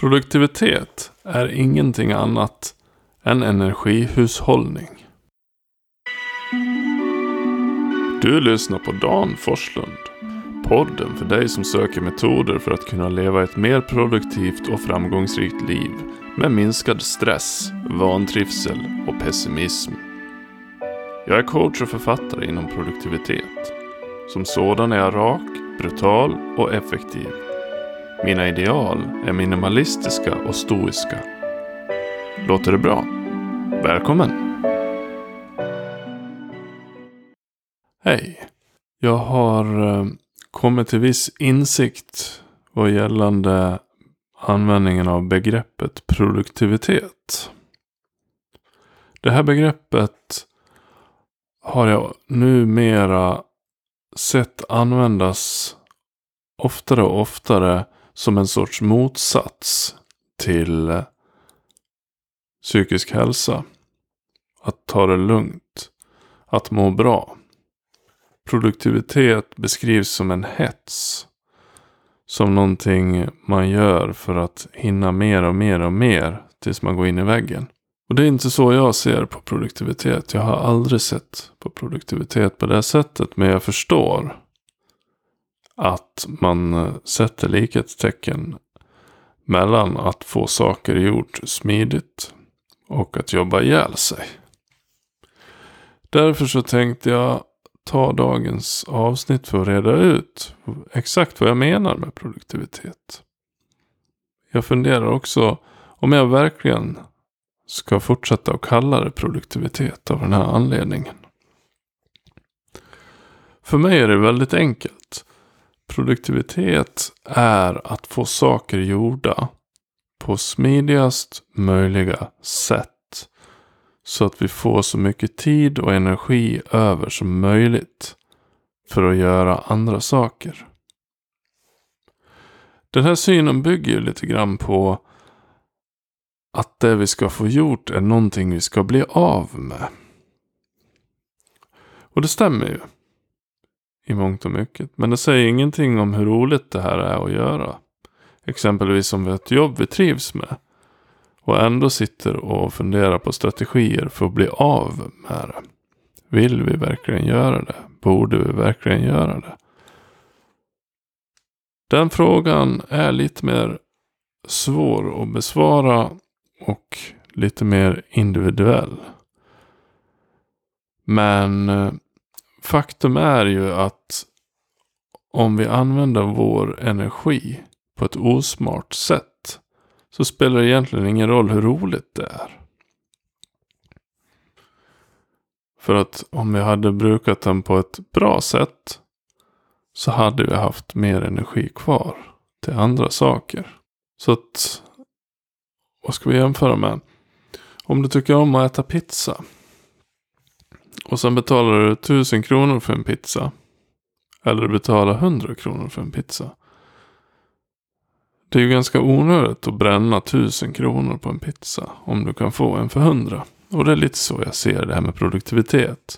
Produktivitet är ingenting annat än energihushållning. Du lyssnar på Dan Forslund, podden för dig som söker metoder för att kunna leva ett mer produktivt och framgångsrikt liv med minskad stress, vantrivsel och pessimism. Jag är coach och författare inom produktivitet. Som sådan är jag rak, brutal och effektiv. Mina ideal är minimalistiska och stoiska. Låter det bra? Välkommen! Hej! Jag har kommit till viss insikt vad gällande användningen av begreppet produktivitet. Det här begreppet har jag numera sett användas oftare och oftare som en sorts motsats till psykisk hälsa. Att ta det lugnt. Att må bra. Produktivitet beskrivs som en hets. Som någonting man gör för att hinna mer och mer och mer tills man går in i väggen. Och det är inte så jag ser på produktivitet. Jag har aldrig sett på produktivitet på det sättet. Men jag förstår att man sätter likhetstecken mellan att få saker gjort smidigt och att jobba ihjäl sig. Därför så tänkte jag ta dagens avsnitt för att reda ut exakt vad jag menar med produktivitet. Jag funderar också om jag verkligen ska fortsätta att kalla det produktivitet av den här anledningen. För mig är det väldigt enkelt. Produktivitet är att få saker gjorda på smidigast möjliga sätt. Så att vi får så mycket tid och energi över som möjligt för att göra andra saker. Den här synen bygger ju lite grann på att det vi ska få gjort är någonting vi ska bli av med. Och det stämmer ju. I mångt och mycket. Men det säger ingenting om hur roligt det här är att göra. Exempelvis om vi har ett jobb vi trivs med. Och ändå sitter och funderar på strategier för att bli av med det. Vill vi verkligen göra det? Borde vi verkligen göra det? Den frågan är lite mer svår att besvara och lite mer individuell. Men faktum är ju att om vi använder vår energi på ett osmart sätt så spelar det egentligen ingen roll hur roligt det är. För att om vi hade brukat den på ett bra sätt så hade vi haft mer energi kvar till andra saker. Så att, vad ska vi jämföra med? Om du tycker om att äta pizza och sen betalar du 1000 kronor för en pizza. Eller du betalar 100 kronor för en pizza. Det är ju ganska onödigt att bränna 1000 kronor på en pizza. Om du kan få en för 100. Och det är lite så jag ser det här med produktivitet.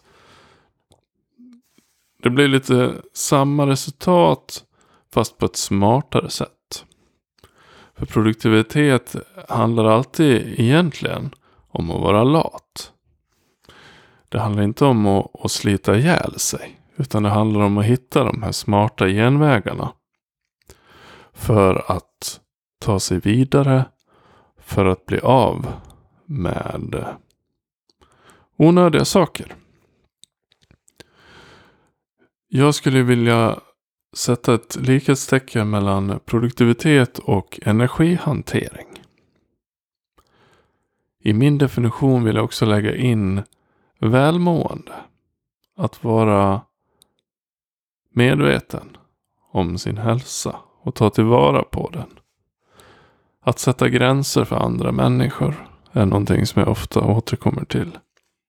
Det blir lite samma resultat fast på ett smartare sätt. För produktivitet handlar alltid egentligen om att vara lat. Det handlar inte om att slita ihjäl sig. Utan det handlar om att hitta de här smarta genvägarna. För att ta sig vidare. För att bli av med onödiga saker. Jag skulle vilja sätta ett likhetstecken mellan produktivitet och energihantering. I min definition vill jag också lägga in välmående. Att vara medveten om sin hälsa och ta tillvara på den. Att sätta gränser för andra människor är någonting som jag ofta återkommer till.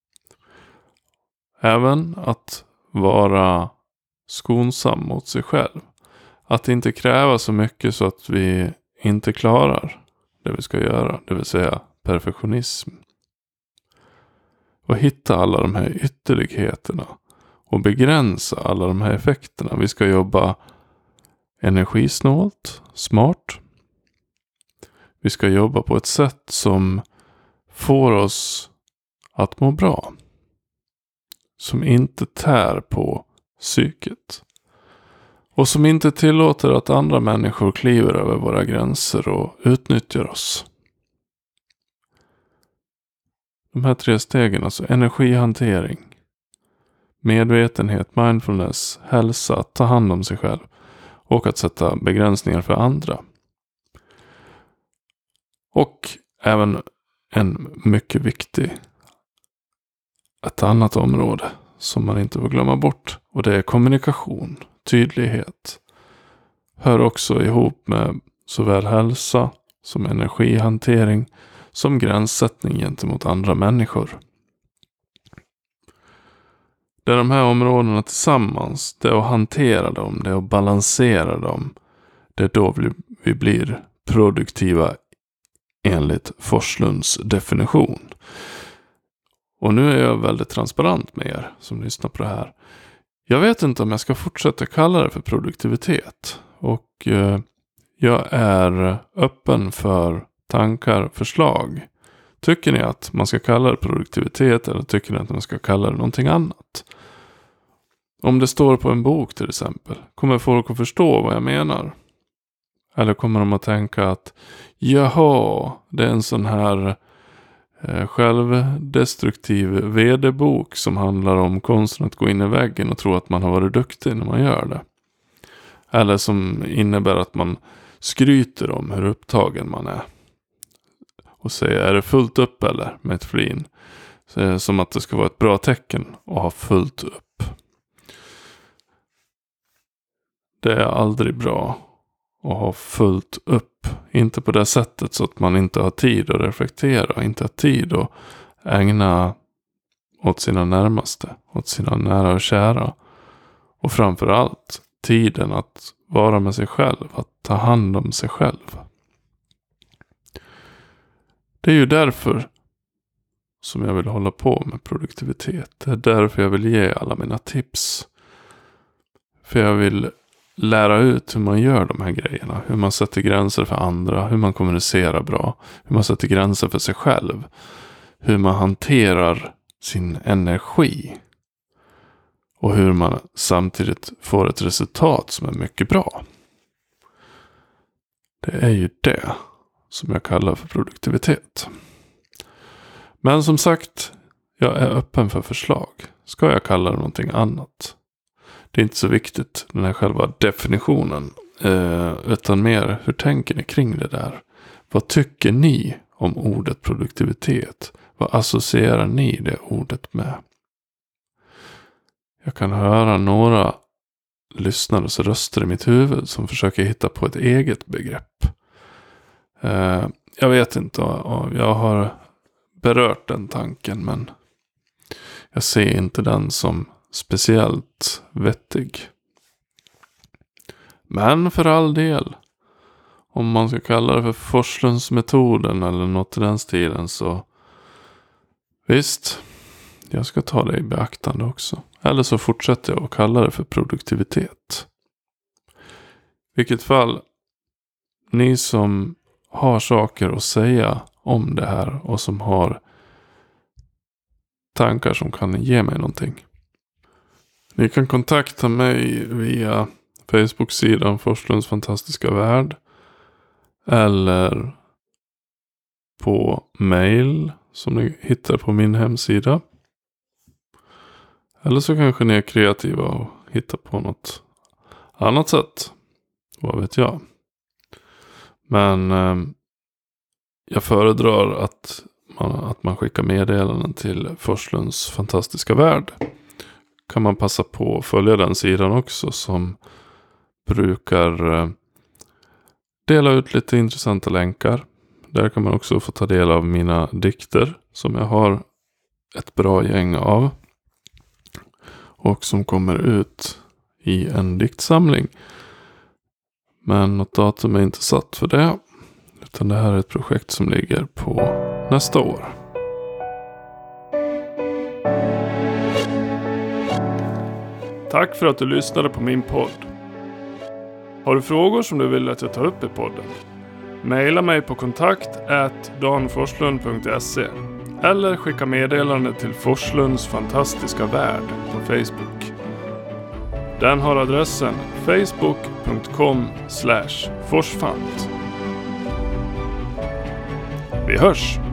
Även att vara skonsam mot sig själv. Att inte kräva så mycket så att vi inte klarar det vi ska göra. Det vill säga perfektionism. Och hitta alla de här ytterligheterna. Och begränsa alla de här effekterna. Vi ska jobba energisnålt, smart. Vi ska jobba på ett sätt som får oss att må bra. Som inte tär på psyket. Och som inte tillåter att andra människor kliver över våra gränser och utnyttjar oss. De här 3 stegen, alltså energihantering, medvetenhet, mindfulness, hälsa, att ta hand om sig själv och att sätta begränsningar för andra. Och även en mycket viktig, ett annat område som man inte får glömma bort, och det är kommunikation, tydlighet. Hör också ihop med såväl hälsa som energihantering som gränssättning gentemot andra människor. Det är de här områdena tillsammans, det är att hantera dem, det är att balansera dem. Det är då vi blir produktiva enligt Forslunds definition. Och nu är jag väldigt transparent med er som lyssnar på det här. Jag vet inte om jag ska fortsätta kalla det för produktivitet. Och jag är öppen för tankar, förslag. Tycker ni att man ska kalla det produktivitet eller tycker ni att man ska kalla det någonting annat? Om det står på en bok till exempel, kommer folk att förstå vad jag menar? Eller kommer de att tänka att jaha, det är en sån här självdestruktiv vd-bok som handlar om konsten att gå in i väggen och tro att man har varit duktig när man gör det. Eller som innebär att man skryter om hur upptagen man är. Och säger, är det fullt upp eller? Med ett flin. Så som att det ska vara ett bra tecken att ha fullt upp. Det är aldrig bra att ha fullt upp. Inte på det sättet så att man inte har tid att reflektera. Inte har tid att ägna åt sina närmaste. Åt sina nära och kära. Och framförallt tiden att vara med sig själv. Att ta hand om sig själv. Det är ju därför som jag vill hålla på med produktivitet. Det är därför jag vill ge alla mina tips. För jag vill lära ut hur man gör de här grejerna. Hur man sätter gränser för andra. Hur man kommunicerar bra. Hur man sätter gränser för sig själv. Hur man hanterar sin energi. Och hur man samtidigt får ett resultat som är mycket bra. Det är ju det som jag kallar för produktivitet. Men som sagt, jag är öppen för förslag. Ska jag kalla det någonting annat? Det är inte så viktigt, den här själva definitionen. Utan mer, hur tänker ni kring det där? Vad tycker ni om ordet produktivitet? Vad associerar ni det ordet med? Jag kan höra några lyssnares röster i mitt huvud som försöker hitta på ett eget begrepp. Jag vet inte, jag har berört den tanken, men jag ser inte den som speciellt vettig. Men för all del, om man ska kalla det för Forslundsmetoden eller något i den stilen, så visst, jag ska ta det i beaktande också. Eller så fortsätter jag att kalla det för produktivitet. Vilket fall, ni som har saker att säga om det här och som har tankar som kan ge mig någonting. Ni kan kontakta mig via Facebook-sidan Forslunds fantastiska värld. Eller på mail som ni hittar på min hemsida. Eller så kanske ni är kreativa och hittar på något annat sätt. Vad vet jag. Men jag föredrar att man skickar meddelanden till Forslunds fantastiska värld. Kan man passa på att följa den sidan också, som brukar dela ut lite intressanta länkar. Där kan man också få ta del av mina dikter som jag har ett bra gäng av. Och som kommer ut i en diktsamling. Men något datum är inte satt för det. Utan det här är ett projekt som ligger på nästa år. Tack för att du lyssnade på min podd. Har du frågor som du vill att jag tar upp i podden? Maila mig på kontakt@danforslund.se eller skicka meddelande till Forslunds fantastiska värld på Facebook. Den har adressen facebook.com/forsfant. Vi hörs!